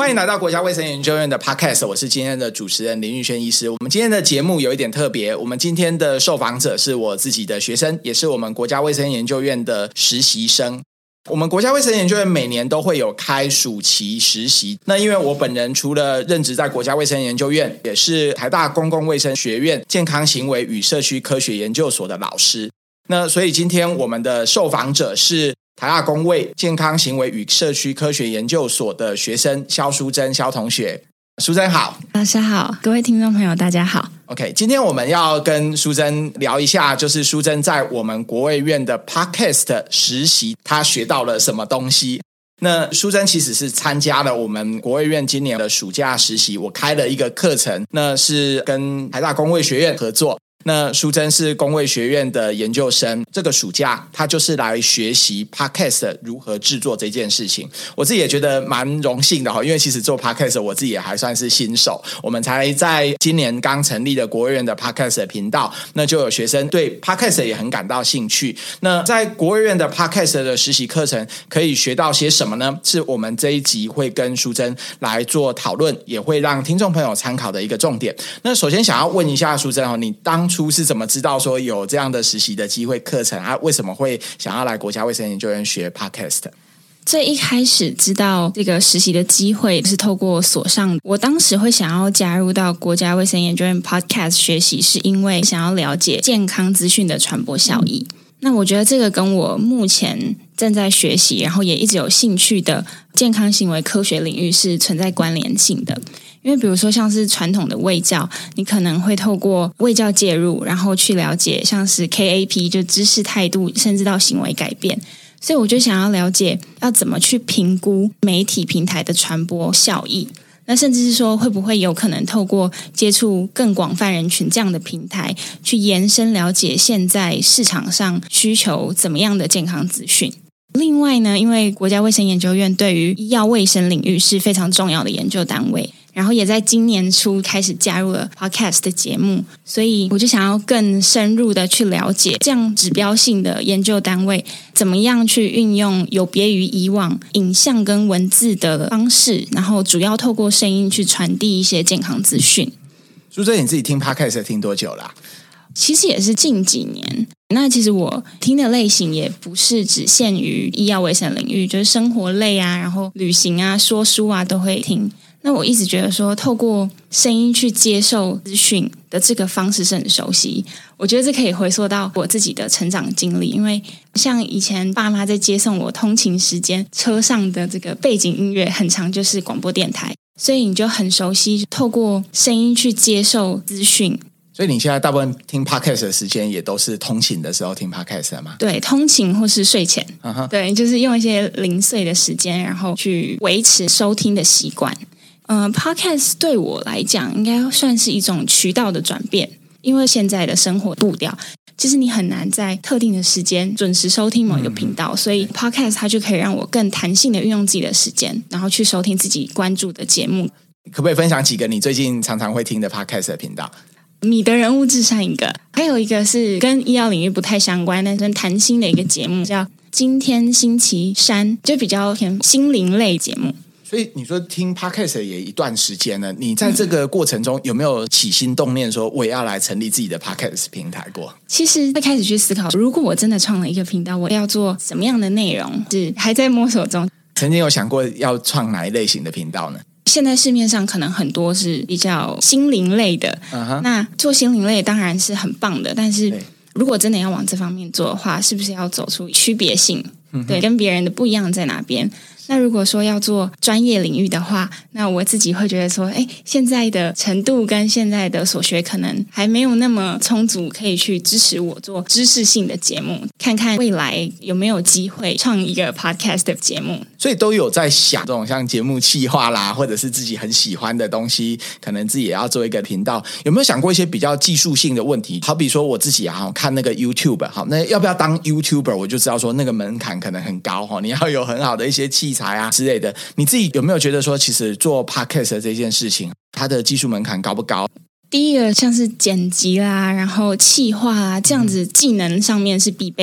欢迎来到国家卫生研究院的 Podcast， 我是今天的主持人林玉轩医师。我们今天的节目有一点特别，我们今天的受访者是我自己的学生，也是我们国家卫生研究院的实习生。我们国家卫生研究院每年都会有开暑期实习，那因为我本人除了任职在国家卫生研究院，也是台大公共卫生学院健康行为与社区科学研究所的老师，那所以今天我们的受访者是台大公卫健康行为与社区科学研究所的学生萧淑珍萧同学。淑珍好。 老师好，各位听众朋友大家好。 OK， 今天我们要跟淑珍聊一下，就是淑珍在我们国卫院的 Podcast 实习她学到了什么东西。那淑珍其实是参加了我们国卫院今年的暑假实习，我开了一个课程，那是跟台大公卫学院合作，那淑珍是公卫学院的研究生，这个暑假她就是来学习 Podcast 如何制作这件事情。我自己也觉得蛮荣幸的，因为其实做 Podcast 我自己也还算是新手，我们才在今年刚成立的国卫院的 Podcast 的频道，那就有学生对 Podcast 也很感到兴趣。那在国卫院的 Podcast 的实习课程可以学到些什么呢？是我们这一集会跟淑珍来做讨论，也会让听众朋友参考的一个重点。那首先想要问一下淑珍，你当初是怎么知道说有这样的实习的机会课程啊？为什么会想要来国家卫生研究院学 Podcast？ 最一开始知道这个实习的机会是透过所上，我当时会想要加入到国家卫生研究院 Podcast 学习，是因为想要了解健康资讯的传播效益。那我觉得这个跟我目前正在学习，然后也一直有兴趣的健康行为科学领域是存在关联性的。因为比如说像是传统的卫教，你可能会透过卫教介入，然后去了解像是 KAP 就知识态度，甚至到行为改变。所以我就想要了解要怎么去评估媒体平台的传播效益，那甚至是说会不会有可能透过接触更广泛人群这样的平台，去延伸了解现在市场上需求怎么样的健康资讯。另外呢，因为国家卫生研究院对于医药卫生领域是非常重要的研究单位，然后也在今年初开始加入了 Podcast 的节目，所以我就想要更深入的去了解这样指标性的研究单位怎么样去运用有别于以往影像跟文字的方式，然后主要透过声音去传递一些健康资讯。 淑珍，你自己听 Podcast 听多久啦？ 其实也是近几年。那其实我听的类型也不是只限于医药卫生领域，就是生活类啊，然后旅行啊，说书啊都会听。那我一直觉得说透过声音去接受资讯的这个方式是很熟悉，我觉得这可以回溯到我自己的成长经历。因为像以前爸妈在接送我通勤时间，车上的这个背景音乐很常就是广播电台，所以你就很熟悉透过声音去接受资讯。 所以你现在大部分听 Podcast 的时间也都是通勤的时候听 Podcast 吗？ 对，通勤或是睡前对，就是用一些零碎的时间，然后去维持收听的习惯。Podcast 对我来讲应该算是一种渠道的转变，因为现在的生活步调其实你很难在特定的时间准时收听某一个频道，所以 Podcast 它就可以让我更弹性的运用自己的时间，然后去收听自己关注的节目。 可不可以分享几个你最近常常会听的 Podcast 的频道？ 你的人物志上一个，还有一个是跟医药领域不太相关但是谈心的一个节目，叫今天星期三，就比较偏心灵类节目。 所以你说听 Podcast 也一段时间了，你在这个过程中有没有起心动念说我也要来成立自己的 Podcast 平台过？ 其实会开始去思考，如果我真的创了一个频道，我要做什么样的内容，是还在摸索中。 曾经有想过要创哪一类型的频道呢？ 现在市面上可能很多是比较心灵类的，那做心灵类当然是很棒的，但是如果真的要往这方面做的话，是不是要走出区别性？对，跟别人的不一样在哪边？那如果说要做专业领域的话，那我自己会觉得说，现在的程度跟现在的所学可能还没有那么充足，可以去支持我做知识性的节目，看看未来有没有机会创一个 podcast 的节目。 所以都有在想这种像节目企划啦，或者是自己很喜欢的东西，可能自己也要做一个频道。有没有想过一些比较技术性的问题？好比说我自己看那个 YouTube， 好，那要不要当 YouTuber？ 我就知道说那个门槛可能很高，你要有很好的一些器材啊之类的。你自己有没有觉得说，其实做 Podcast 这件事情，它的技术门槛高不高？ 第一个像是剪辑啦，然后企划啊，这样子技能上面是必备的。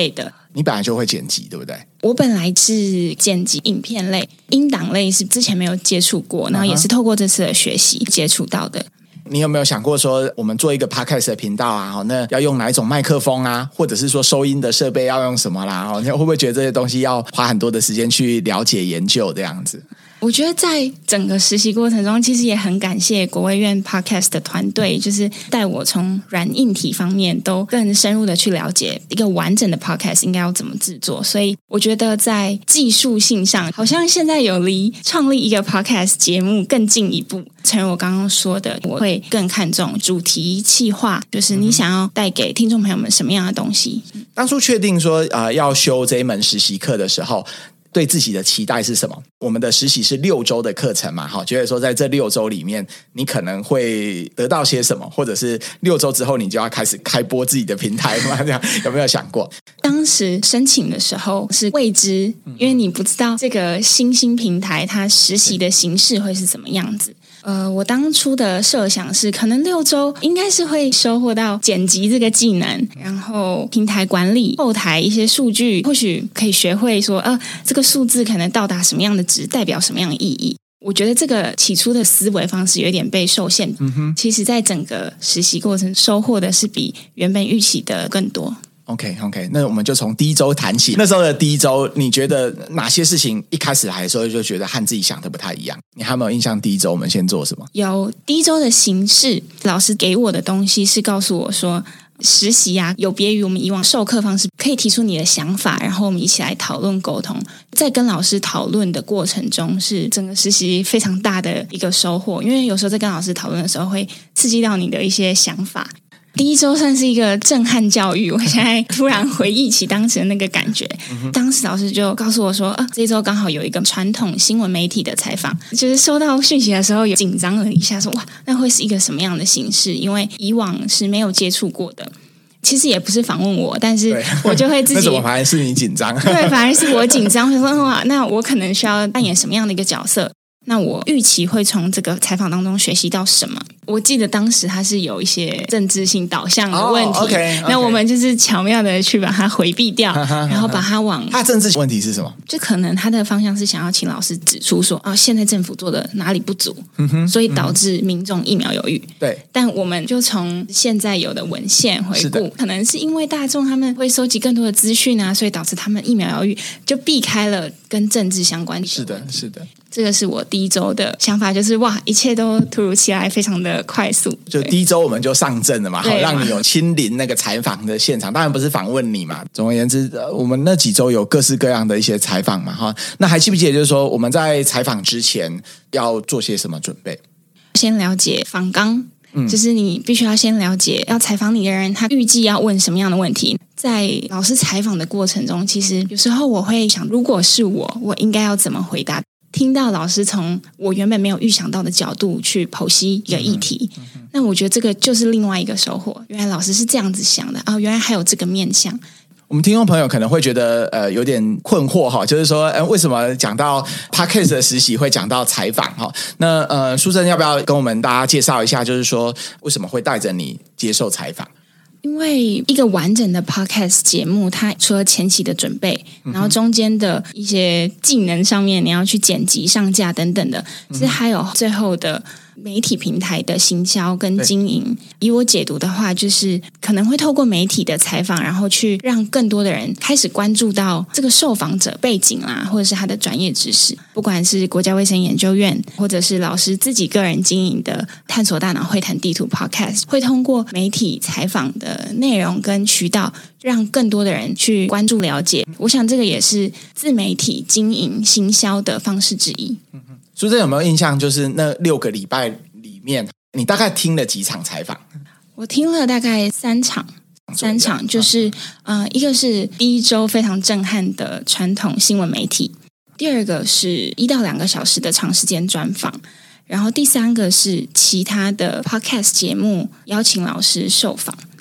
你本来就会剪辑对不对？ 我本来是剪辑影片类，音档类是之前没有接触过，然后也是透过这次的学习接触到的。 你有没有想过说我们做一个 podcast 的频道啊，那要用哪一种麦克风啊，或者是说收音的设备要用什么啦，你会不会觉得这些东西要花很多的时间去了解研究这样子？ 我觉得在整个实习过程中，其实也很感谢国卫院 Podcast 的团队，就是带我从软硬体方面都更深入的去了解一个完整的 Podcast 应该要怎么制作。所以我觉得在技术性上，好像现在有离创立一个 Podcast 节目更进一步。诚如我刚刚说的，我会更看重主题企划，就是你想要带给听众朋友们什么样的东西。 当初确定说要修这一门实习课的时候，对自己的期待是什么？我们的实习是6周的课程嘛，觉得说在这6周里面你可能会得到些什么，或者是6周之后你就要开始开播自己的平台吗？这样有没有想过？ 当时申请的时候是未知，因为你不知道这个新兴平台它实习的形式会是怎么样子。我当初的设想是可能6周应该是会收获到剪辑这个技能，然后平台管理、后台一些数据，或许可以学会说这个数字可能到达什么样的值，代表什么样的意义。我觉得这个起初的思维方式有点被受限，其实在整个实习过程收获的是比原本预期的更多。 OK， 那我们就从第1周谈起。那时候的第1周，你觉得哪些事情一开始来的时候就觉得和自己想的不太一样？你还有没有印象第1周我们先做什么？ 有，第1周的形式，老师给我的东西是告诉我说，实习啊，有别于我们以往授课方式，可以提出你的想法，然后我们一起来讨论沟通。在跟老师讨论的过程中，是整个实习非常大的一个收获，因为有时候在跟老师讨论的时候，会刺激到你的一些想法。第1周算是一个震撼教育，我现在突然回忆起当时的那个感觉。当时老师就告诉我说这1周刚好有一个传统新闻媒体的采访，就是收到讯息的时候有紧张了一下，说哇，那会是一个什么样的形式？因为以往是没有接触过的。其实也不是访问我，但是我就会自己那怎么反而是你紧张？ 对，反而是我紧张，说哇，那我可能需要扮演什么样的一个角色？那我预期会从这个采访当中学习到什么？我记得当时它是有一些政治性导向的问题， okay. 那我们就是巧妙的去把它回避掉，然后把它往它政治问题是什么？ 就可能它的方向是想要请老师指出说现在政府做的哪里不足，所以导致民众疫苗犹豫。 对， 但我们就从现在有的文献回顾，可能是因为大众他们会收集更多的资讯啊，所以导致他们疫苗犹豫，就避开了跟政治相关的。 是的。 这个是我第1周的想法，就是哇，一切都突如其来，非常的快速。 就第1周我们就上阵了嘛，好让你有亲临那个采访的现场，当然不是访问你嘛。总而言之，我们那几周有各式各样的一些采访嘛，哈。那还记不记得，就是说我们在采访之前要做些什么准备？ 先了解访纲。就是你必须要先了解要采访你的人他预计要问什么样的问题。在老师采访的过程中，其实有时候我会想，如果是我应该要怎么回答？听到老师从我原本没有预想到的角度去剖析一个议题，那我觉得这个就是另外一个收获。原来老师是这样子想的原来还有这个面向。 我们听众朋友可能会觉得有点困惑哈，就是说为什么讲到 Podcast 的实习会讲到采访哈？那淑珍要不要跟我们大家介绍一下，就是说为什么会带着你接受采访？ 因为一个完整的 podcast 节目，它除了前期的准备，然后中间的一些技能上面，你要去剪辑、上架等等的，其实还有最后的媒体平台的行销跟经营。以我解读的话，就是可能会透过媒体的采访，然后去让更多的人开始关注到这个受访者背景啦，或者是他的专业知识。不管是国家卫生研究院，或者是老师自己个人经营的探索大脑会谈地图 podcast， 会通过媒体采访的内容跟渠道，让更多的人去关注了解。我想这个也是自媒体经营行销的方式之一。 淑珍有没有印象，就是那6个礼拜里面你大概听了几场采访？ 我听了大概3场，就是一个是第1周非常震撼的传统新闻媒体，第2个是1到2个小时的长时间专访，然后第3个是其他的 podcast 节目邀请老师受访。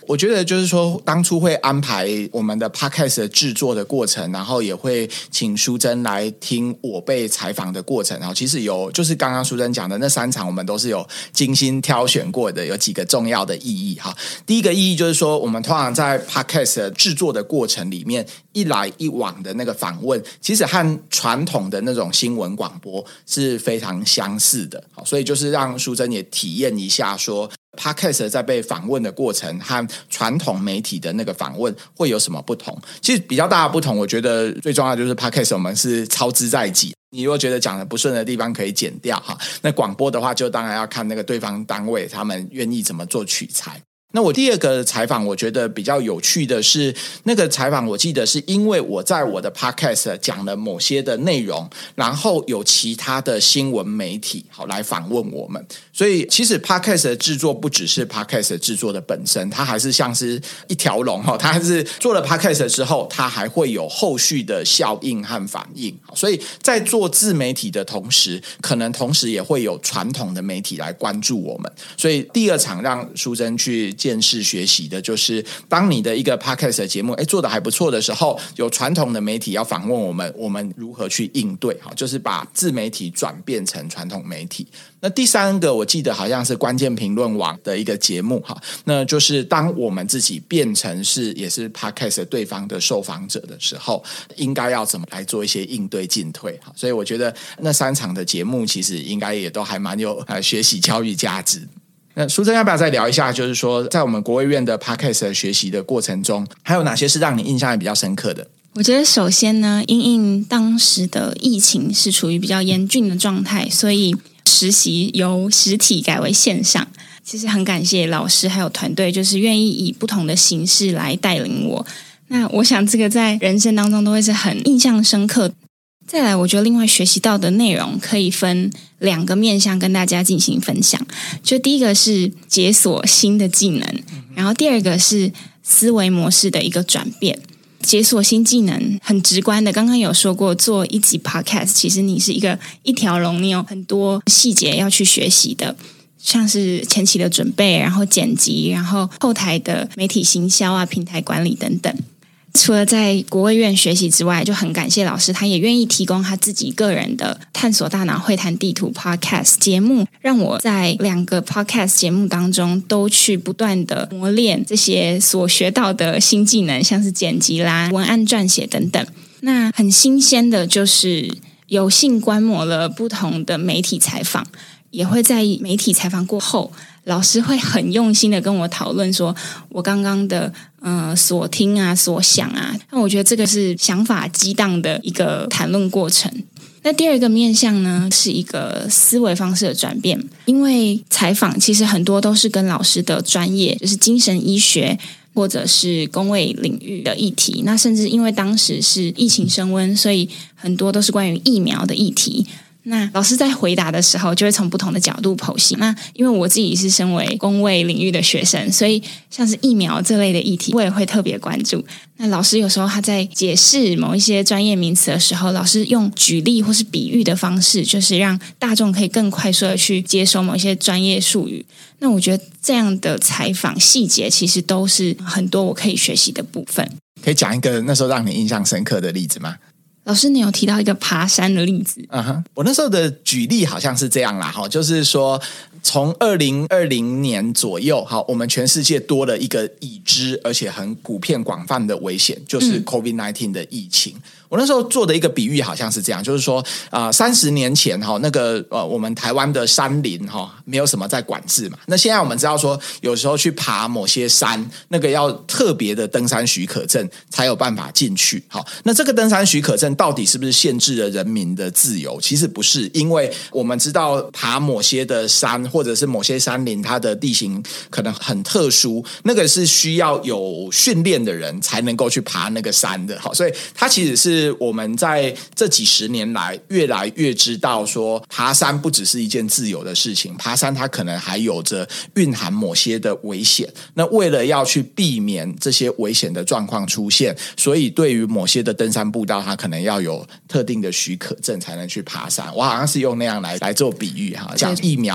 我觉得就是说当初会安排我们的 podcast 的制作的过程，然后也会请淑珍来听我被采访的过程，然后其实有就是刚刚淑珍讲的那3场我们都是有精心挑选过的，有几个重要的意义哈。第一个意义就是说我们通常在 podcast 的制作的过程里面一来一往的那个访问，其实和传统的那种新闻广播是非常相似的，所以就是让淑珍也体验一下说Podcast 在被访问的过程和传统媒体的那个访问会有什么不同。其实比较大的不同，我觉得最重要的就是 Podcast 我们是操之在己，你如果觉得讲的不顺的地方可以剪掉哈。那广播的话就当然要看那个对方单位他们愿意怎么做取材。那我第二个采访我觉得比较有趣的是，那个采访我记得是因为我在我的 podcast 讲了某些的内容，然后有其他的新闻媒体好来访问我们，所以其实 podcast 的制作不只是 podcast 的制作的本身，它还是像是一条龙，它还是做了 podcast 之后它还会有后续的效应和反应，所以在做自媒体的同时，可能同时也会有传统的媒体来关注我们。所以第二场让淑珍去见识学习的就是当你的一个 podcast 的节目做得还不错的时候，有传统的媒体要访问我们，我们如何去应对，就是把自媒体转变成传统媒体。那第三个我记得好像是关键评论网的一个节目，那就是当我们自己变成是也是 podcast 对方的受访者的时候，应该要怎么来做一些应对进退。所以我觉得那3场的节目其实应该也都还蛮有学习教育价值。那淑珍要不要再聊一下，就是说在我们国卫院的 podcast 的学习的过程中，还有哪些是让你印象也比较深刻的？ 我觉得首先呢，因应当时的疫情是处于比较严峻的状态，所以实习由实体改为线上。其实很感谢老师还有团队，就是愿意以不同的形式来带领我。那我想这个在人生当中都会是很印象深刻。再来我觉得另外学习到的内容可以分2个面向跟大家进行分享。就第一个是解锁新的技能，然后第二个是思维模式的一个转变。解锁新技能很直观的，刚刚有说过做一集 podcast 其实你是一条龙，你有很多细节要去学习的，像是前期的准备，然后剪辑，然后后台的媒体行销啊、平台管理等等。除了在国卫院学习之外，就很感谢老师，他也愿意提供他自己个人的探索大脑会谈地图 podcast 节目，让我在2个 podcast 节目当中都去不断的磨练这些所学到的新技能，像是剪辑啦、文案撰写等等。那很新鲜的就是有幸观摩了不同的媒体采访，也会在媒体采访过后，老师会很用心的跟我讨论说我刚刚的所听啊所想啊，那我觉得这个是想法激荡的一个谈论过程。那第二个面向呢，是一个思维方式的转变，因为采访其实很多都是跟老师的专业，就是精神医学或者是公卫领域的议题，那甚至因为当时是疫情升温，所以很多都是关于疫苗的议题。那老师在回答的时候就会从不同的角度剖析。那因为我自己是身为公卫领域的学生，所以像是疫苗这类的议题我也会特别关注。那老师有时候他在解释某一些专业名词的时候，老师用举例或是比喻的方式，就是让大众可以更快速的去接收某一些专业术语。那我觉得这样的采访细节其实都是很多我可以学习的部分。 可以讲一个那时候让你印象深刻的例子吗？ 老师，你有提到一个爬山的例子。 我那时候的举例好像是这样啦，就是说从2020年左右，我们全世界多了一个已知而且很普遍广泛的危险，就是 COVID-19 的疫情。我那时候做的一个比喻好像是这样，就是说30年前那个我们台湾的山林没有什么在管制嘛，那现在我们知道说有时候去爬某些山，那个要特别的登山许可证才有办法进去。那这个登山许可证到底是不是限制了人民的自由？其实不是，因为我们知道爬某些的山或者是某些山林，它的地形可能很特殊，那个是需要有训练的人才能够去爬那个山的。所以它其实是我们在这几十年来越来越知道说爬山不只是一件自由的事情，爬山它可能还有着蕴含某些的危险。那为了要去避免这些危险的状况出现，所以对于某些的登山步道它可能要有特定的许可证才能去爬山。我好像是用那样来做比喻讲疫苗，现在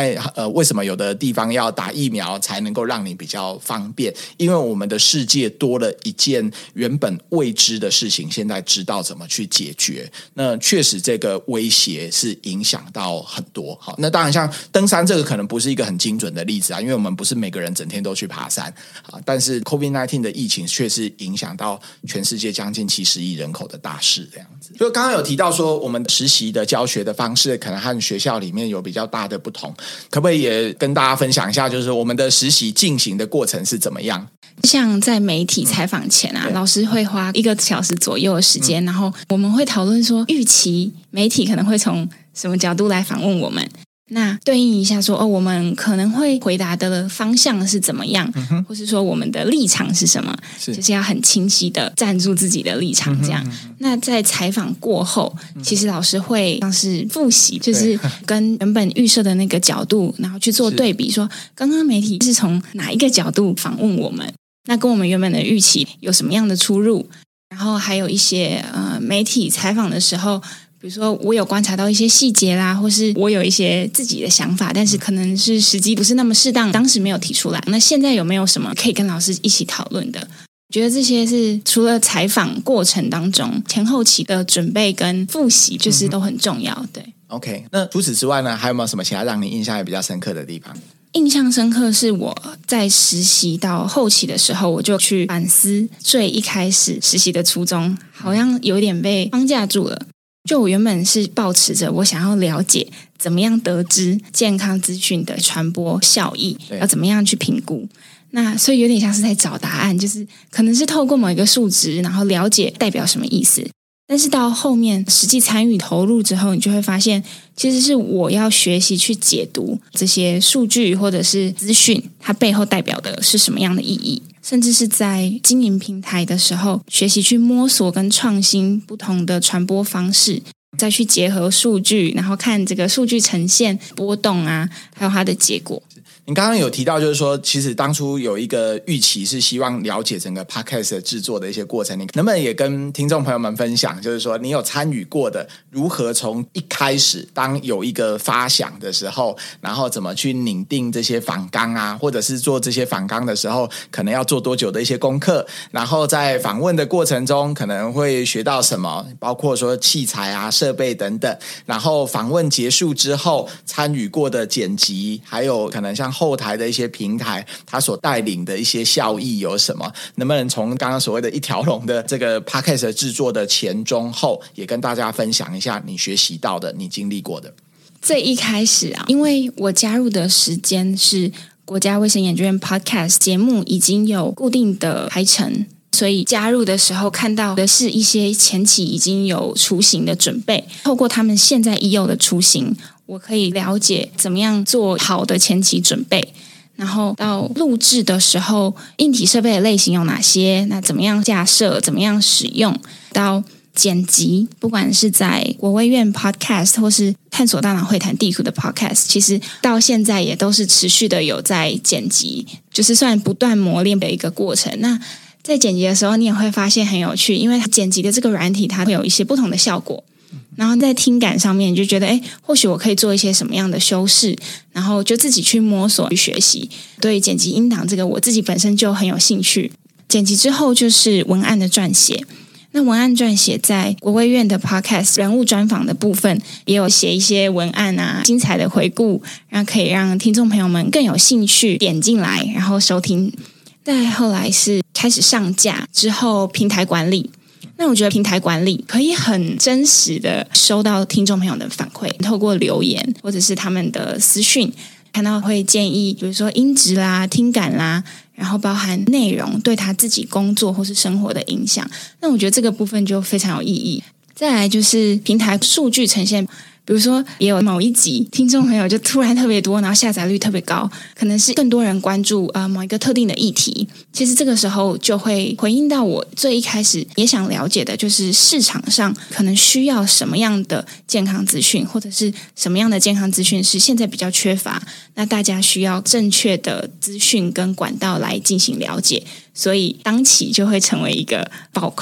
在为什么有的地方要打疫苗才能够让你比较方便？因为我们的世界多了一件原本未知的事情，现在知道怎么去解决。那确实这个威胁是影响到很多。好，那当然像登山这个可能不是一个很精准的例子啊，因为我们不是每个人整天都去爬山啊。但是 COVID-19 的疫情却是影响到全世界将近70亿人口的大事这样子。就刚刚有提到说，我们实习的教学的方式可能和学校里面有比较大的不同，可不可以也跟大家分享一下，就是我们的实习进行的过程是怎么样？ 像在媒体采访前啊，老师会花1个小时左右的时间，然后我们会讨论说，预期媒体可能会从什么角度来访问我们。那对应一下说，我们可能会回答的方向是怎么样，或是说我们的立场是什么，就是要很清晰的站住自己的立场这样。那在采访过后，其实老师会像是复习，就是跟原本预设的那个角度，然后去做对比，说刚刚媒体是从哪一个角度访问我们，那跟我们原本的预期有什么样的出入，然后还有一些媒体采访的时候，比如说我有观察到一些细节啦，或是我有一些自己的想法，但是可能是时机不是那么适当，当时没有提出来。那现在有没有什么可以跟老师一起讨论的？我觉得这些是除了采访过程当中前后期的准备跟复习，就是都很重要。对 ，OK。那除此之外呢，还有没有什么其他让你印象也比较深刻的地方？ 印象深刻是我在实习到后期的时候，我就去反思最一开始实习的初衷，好像有点被框架住了。就我原本是抱持着我想要了解怎么样得知健康资讯的传播效益，要怎么样去评估。那所以有点像是在找答案，就是可能是透过某一个数值，然后了解代表什么意思。但是到后面实际参与投入之后，你就会发现其实是我要学习去解读这些数据或者是资讯，它背后代表的是什么样的意义，甚至是在经营平台的时候学习去摸索跟创新不同的传播方式，再去结合数据，然后看这个数据呈现波动啊，还有它的结果。 你刚刚有提到，就是说，其实当初有一个预期是希望了解整个 podcast 的制作的一些过程，你能不能也跟听众朋友们分享，就是说你有参与过的，如何从一开始当有一个发想的时候，然后怎么去拟定这些访纲啊，或者是做这些访纲的时候，可能要做多久的一些功课，然后在访问的过程中可能会学到什么，包括说器材啊、设备等等，然后访问结束之后参与过的剪辑，还有可能像后台的一些平台，它所带领的一些效益有什么？能不能从刚刚所谓的一条龙的这个 podcast 制作的前中后，也跟大家分享一下你学习到的、你经历过的？ 最一开始啊，因为我加入的时间是国家卫生研究院 podcast 节目已经有固定的排程，所以加入的时候看到的是一些前期已经有雏形的准备，透过他们现在已有的雏形，我可以了解怎么样做好的前期准备，然后到录制的时候硬体设备的类型有哪些，那怎么样架设，怎么样使用，到剪辑，不管是在国卫院 podcast 或是探索大脑会谈地图的 podcast， 其实到现在也都是持续的有在剪辑，就是算不断磨练的一个过程。那在剪辑的时候你也会发现很有趣，因为剪辑的这个软体它会有一些不同的效果，然后在听感上面你就觉得或许我可以做一些什么样的修饰，然后就自己去摸索去学习。对剪辑音档这个我自己本身就很有兴趣。剪辑之后就是文案的撰写，那文案撰写在国卫院的 podcast 人物专访的部分也有写一些文案啊，精彩的回顾，然后可以让听众朋友们更有兴趣点进来然后收听。再后来是开始上架之后平台管理，那我觉得平台管理可以很真实的收到听众朋友的反馈，透过留言或者是他们的私讯看到会建议，比如说音质啦、听感啦，然后包含内容对他自己工作或是生活的影响，那我觉得这个部分就非常有意义。再来就是平台数据呈现，比如说也有某一集听众朋友就突然特别多，然后下载率特别高，可能是更多人关注某一个特定的议题，其实这个时候就会回应到我最一开始也想了解的，就是市场上可能需要什么样的健康资讯，或者是什么样的健康资讯是现在比较缺乏，那大家需要正确的资讯跟管道来进行了解，所以当期就会成为一个爆款。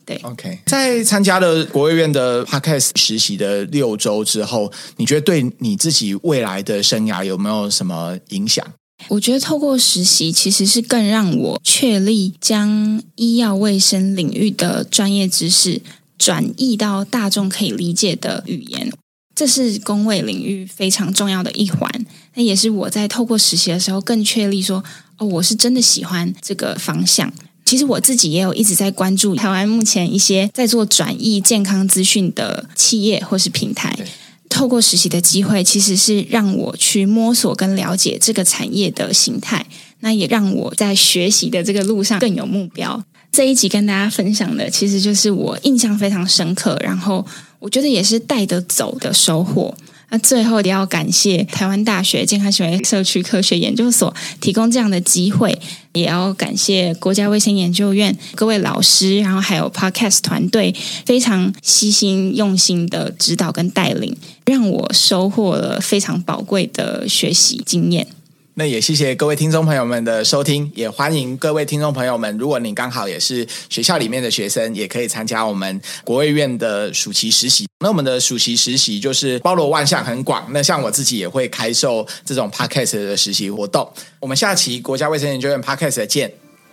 对 OK， 在参加了国卫院的 Podcast 实习的6周之后，你觉得对你自己未来的生涯有没有什么影响？ 我觉得透过实习其实是更让我确立将医药卫生领域的专业知识转译到大众可以理解的语言，这是公卫领域非常重要的一环。那也是我在透过实习的时候更确立说，我是真的喜欢这个方向。其实我自己也有一直在关注台湾目前一些在做转译健康资讯的企业或是平台，透过实习的机会其实是让我去摸索跟了解这个产业的形态，那也让我在学习的这个路上更有目标。这一集跟大家分享的其实就是我印象非常深刻，然后我觉得也是带得走的收获。那最后也要感谢台湾大学健康行为社区科学研究所提供这样的机会，也要感谢国家卫生研究院各位老师，然后还有 Podcast 团队非常悉心用心的指导跟带领，让我收获了非常宝贵的学习经验。 那也谢谢各位听众朋友们的收听，也欢迎各位听众朋友们，如果你刚好也是学校里面的学生，也可以参加我们国卫院的暑期实习。那我们的暑期实习就是包罗万象，很广。那像我自己也会开授这种 Podcast 的实习活动。我们下期国家卫生研究院 Podcast 见。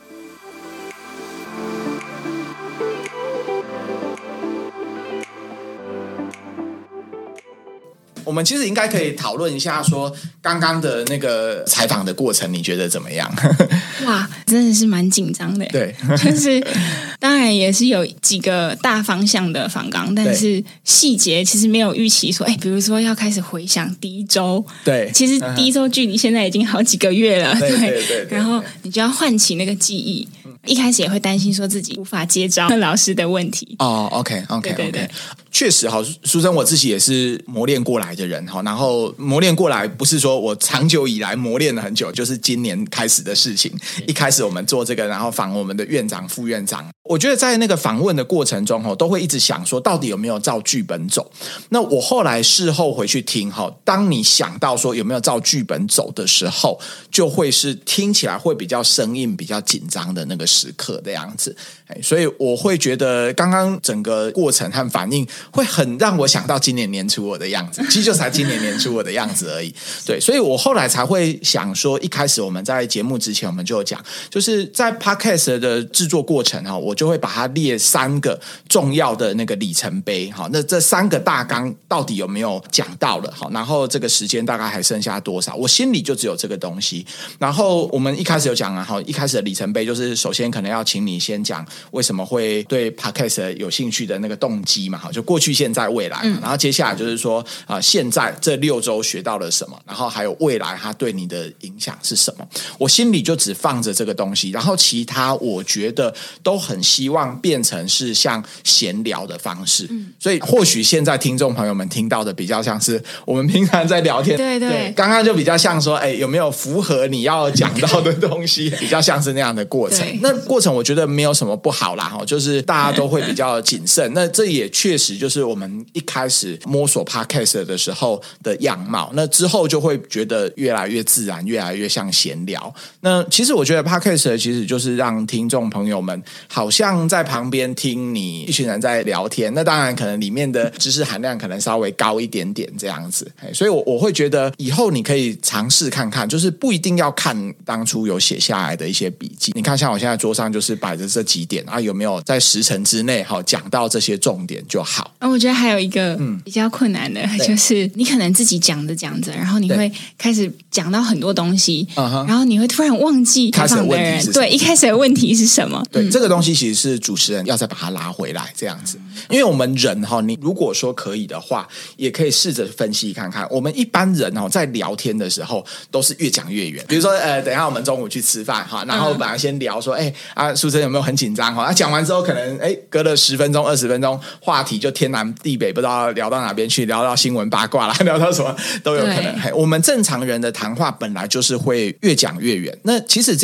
我们其实应该可以讨论一下说刚刚的那个采访的过程你觉得怎么样？ 哇，真的是蛮紧张的。 对， 就是当然也是有几个大方向的访纲，但是细节其实没有预期说，比如说要开始回想第一周， 对， 其实第一周距离现在已经好几个月了， 对， 然后你就要唤起那个记忆。一开始也会担心说自己无法接招老师的问题。 OK， 确实好，淑珍我自己也是磨练过来的人哈，然后磨练过来不是说我长久以来磨练了很久，就是今年开始的事情。一开始我们做这个，然后访我们的院长、副院长，我觉得在那个访问的过程中都会一直想说，到底有没有照剧本走？那我后来事后回去听当你想到说有没有照剧本走的时候，就会是听起来会比较生硬、比较紧张的那个时刻的样子。所以我会觉得刚刚整个过程和反应会很让我想到今年年初我的样子，其实就才今年年初我的样子而已。对，所以我后来才会想说，一开始我们在节目之前我们就有讲，就是在 Podcast 的制作过程我就会把它列3个重要的那个里程碑。那这3个大纲到底有没有讲到了？然后这个时间大概还剩下多少？我心里就只有这个东西。然后我们一开始有讲一开始的里程碑就是首先可能要请你先讲为什么会对 Podcast 有兴趣的那个动机嘛，就过去、现在、未来。然后接下来就是说现在这6周学到了什么，然后还有未来它对你的影响是什么。我心里就只放着这个东西，然后其他我觉得都很希望变成是像闲聊的方式。所以或许现在听众朋友们听到的比较像是我们平常在聊天， 对， 刚刚就比较像说有没有符合你要讲到的东西，比较像是那样的过程。那过程我觉得没有什么不好啦，就是大家都会比较谨慎。那这也确实就是我们一开始摸索 Podcast 的时候的样貌，那之后就会觉得越来越自然，越来越像闲聊。那其实我觉得 Podcast 其实就是让听众朋友们好像在旁边听你一群人在聊天，那当然可能里面的知识含量可能稍微高一点点这样子。所以我会觉得以后你可以尝试看看，就是不一定要看当初有写下来的一些笔记。你看像我现在桌上就是摆着这几点有没有在时辰之内讲到这些重点就好。 我觉得还有一个比较困难的就是你可能自己讲着讲着，然后你会开始讲到很多东西，然后你会突然忘记采访的人一开始的问题是什么。 对，这个东西其实是主持人要再把它拉回来这样子。因为我们人你如果说可以的话，也可以试着分析看看，我们一般人在聊天的时候都是越讲越远。比如说等一下我们中午去吃饭然后本来先聊说淑珍有没有很紧张讲完之后可能隔了10分钟20分钟，话题就天南地北，不知道聊到哪边去，聊到新闻八卦啦，聊到什么都有可能。我们正常人的谈话本来就是会越讲越远，那其实这样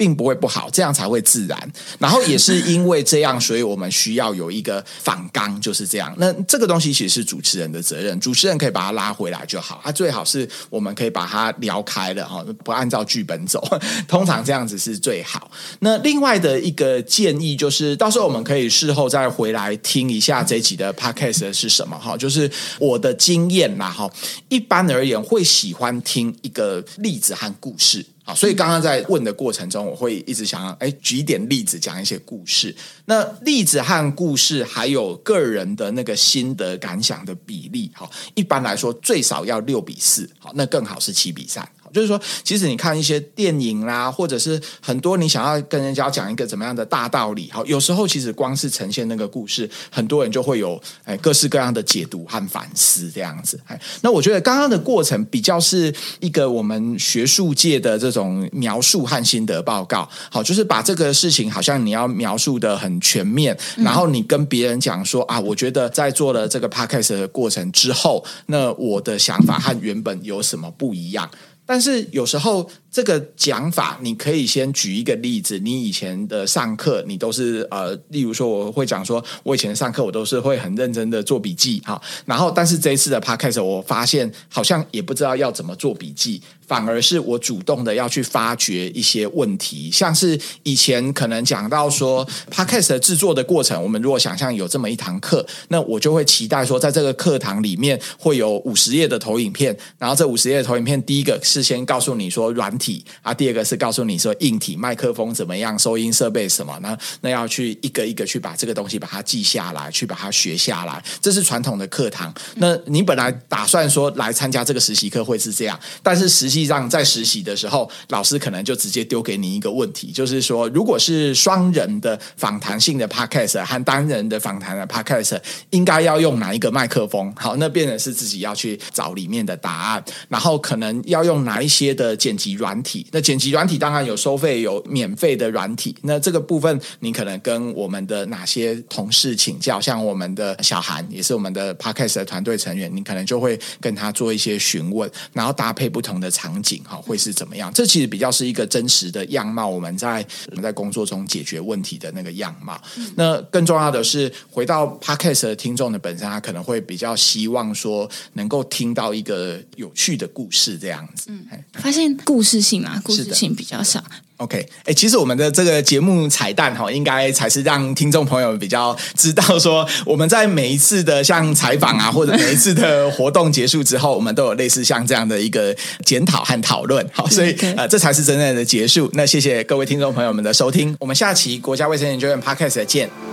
并不会不好，这样才会自然。然后也是因为这样，所以我们需要有一个访纲，就是这样。那这个东西其实是主持人的责任，主持人可以把它拉回来就好，最好是我们可以把它聊开了，不按照剧本走，通常这样子是最好。那另外的一个建议就是，到时候我们可以事后再回来听一下这一集的 podcast 是什么，就是我的经验啦。一般而言会喜欢听一个例子和故事，所以刚刚在问的过程中，我会一直想要举一点例子，讲一些故事。那例子和故事还有个人的那个心得感想的比例，一般来说最少要6:4，那更好是7:3。就是说，其实你看一些电影啦，或者是很多你想要跟人家讲一个怎么样的大道理，有时候其实光是呈现那个故事，很多人就会有各式各样的解读和反思这样子。那我觉得刚刚的过程比较是一个我们学术界的这种描述和心得报告，就是把这个事情好像你要描述的很全面，然后你跟别人讲说我觉得在做了这个 podcast 的过程之后，那我的想法和原本有什么不一样。但是有时候这个讲法你可以先举一个例子，你以前的上课你都是例如说我会讲说我以前上课我都是会很认真的做笔记，然后但是这一次的 podcast 我发现好像也不知道要怎么做笔记，反而是我主动的要去发掘一些问题，像是以前可能讲到说 podcast 的制作的过程，我们如果想象有这么一堂课，那我就会期待说在这个课堂里面会有50页的投影片，然后这50页的投影片第一个是先告诉你说软体第二个是告诉你说硬体麦克风怎么样，收音设备什么，那要去一个一个去把这个东西把它记下来，去把它学下来，这是传统的课堂。那你本来打算说来参加这个实习课会是这样，但是实际上在实习的时候，老师可能就直接丢给你一个问题，就是说如果是双人的访谈性的 podcast 和单人的访谈的 podcast 应该要用哪一个麦克风，好，那变成是自己要去找里面的答案，然后可能要用哪一些的剪辑软体，那剪辑软体当然有收费有免费的软体，那这个部分你可能跟我们的哪些同事请教，像我们的小韩也是我们的 podcast 的团队成员，你可能就会跟他做一些询问，然后搭配不同的场景会是怎么样，这其实比较是一个真实的样貌，我们在工作中解决问题的那个样貌。那更重要的是回到 podcast 的听众的本身，他可能会比较希望说能够听到一个有趣的故事这样子。 发现故事性故事性比较少。 OK， 其实我们的这个节目彩蛋应该才是让听众朋友比较知道说，我们在每一次的像采访或者每一次的活动结束之后，我们都有类似像这样的一个检讨和讨论。好，所以这才是真正的结束。那谢谢各位听众朋友们的收听，我们下期国家卫生研究院 Podcast 见。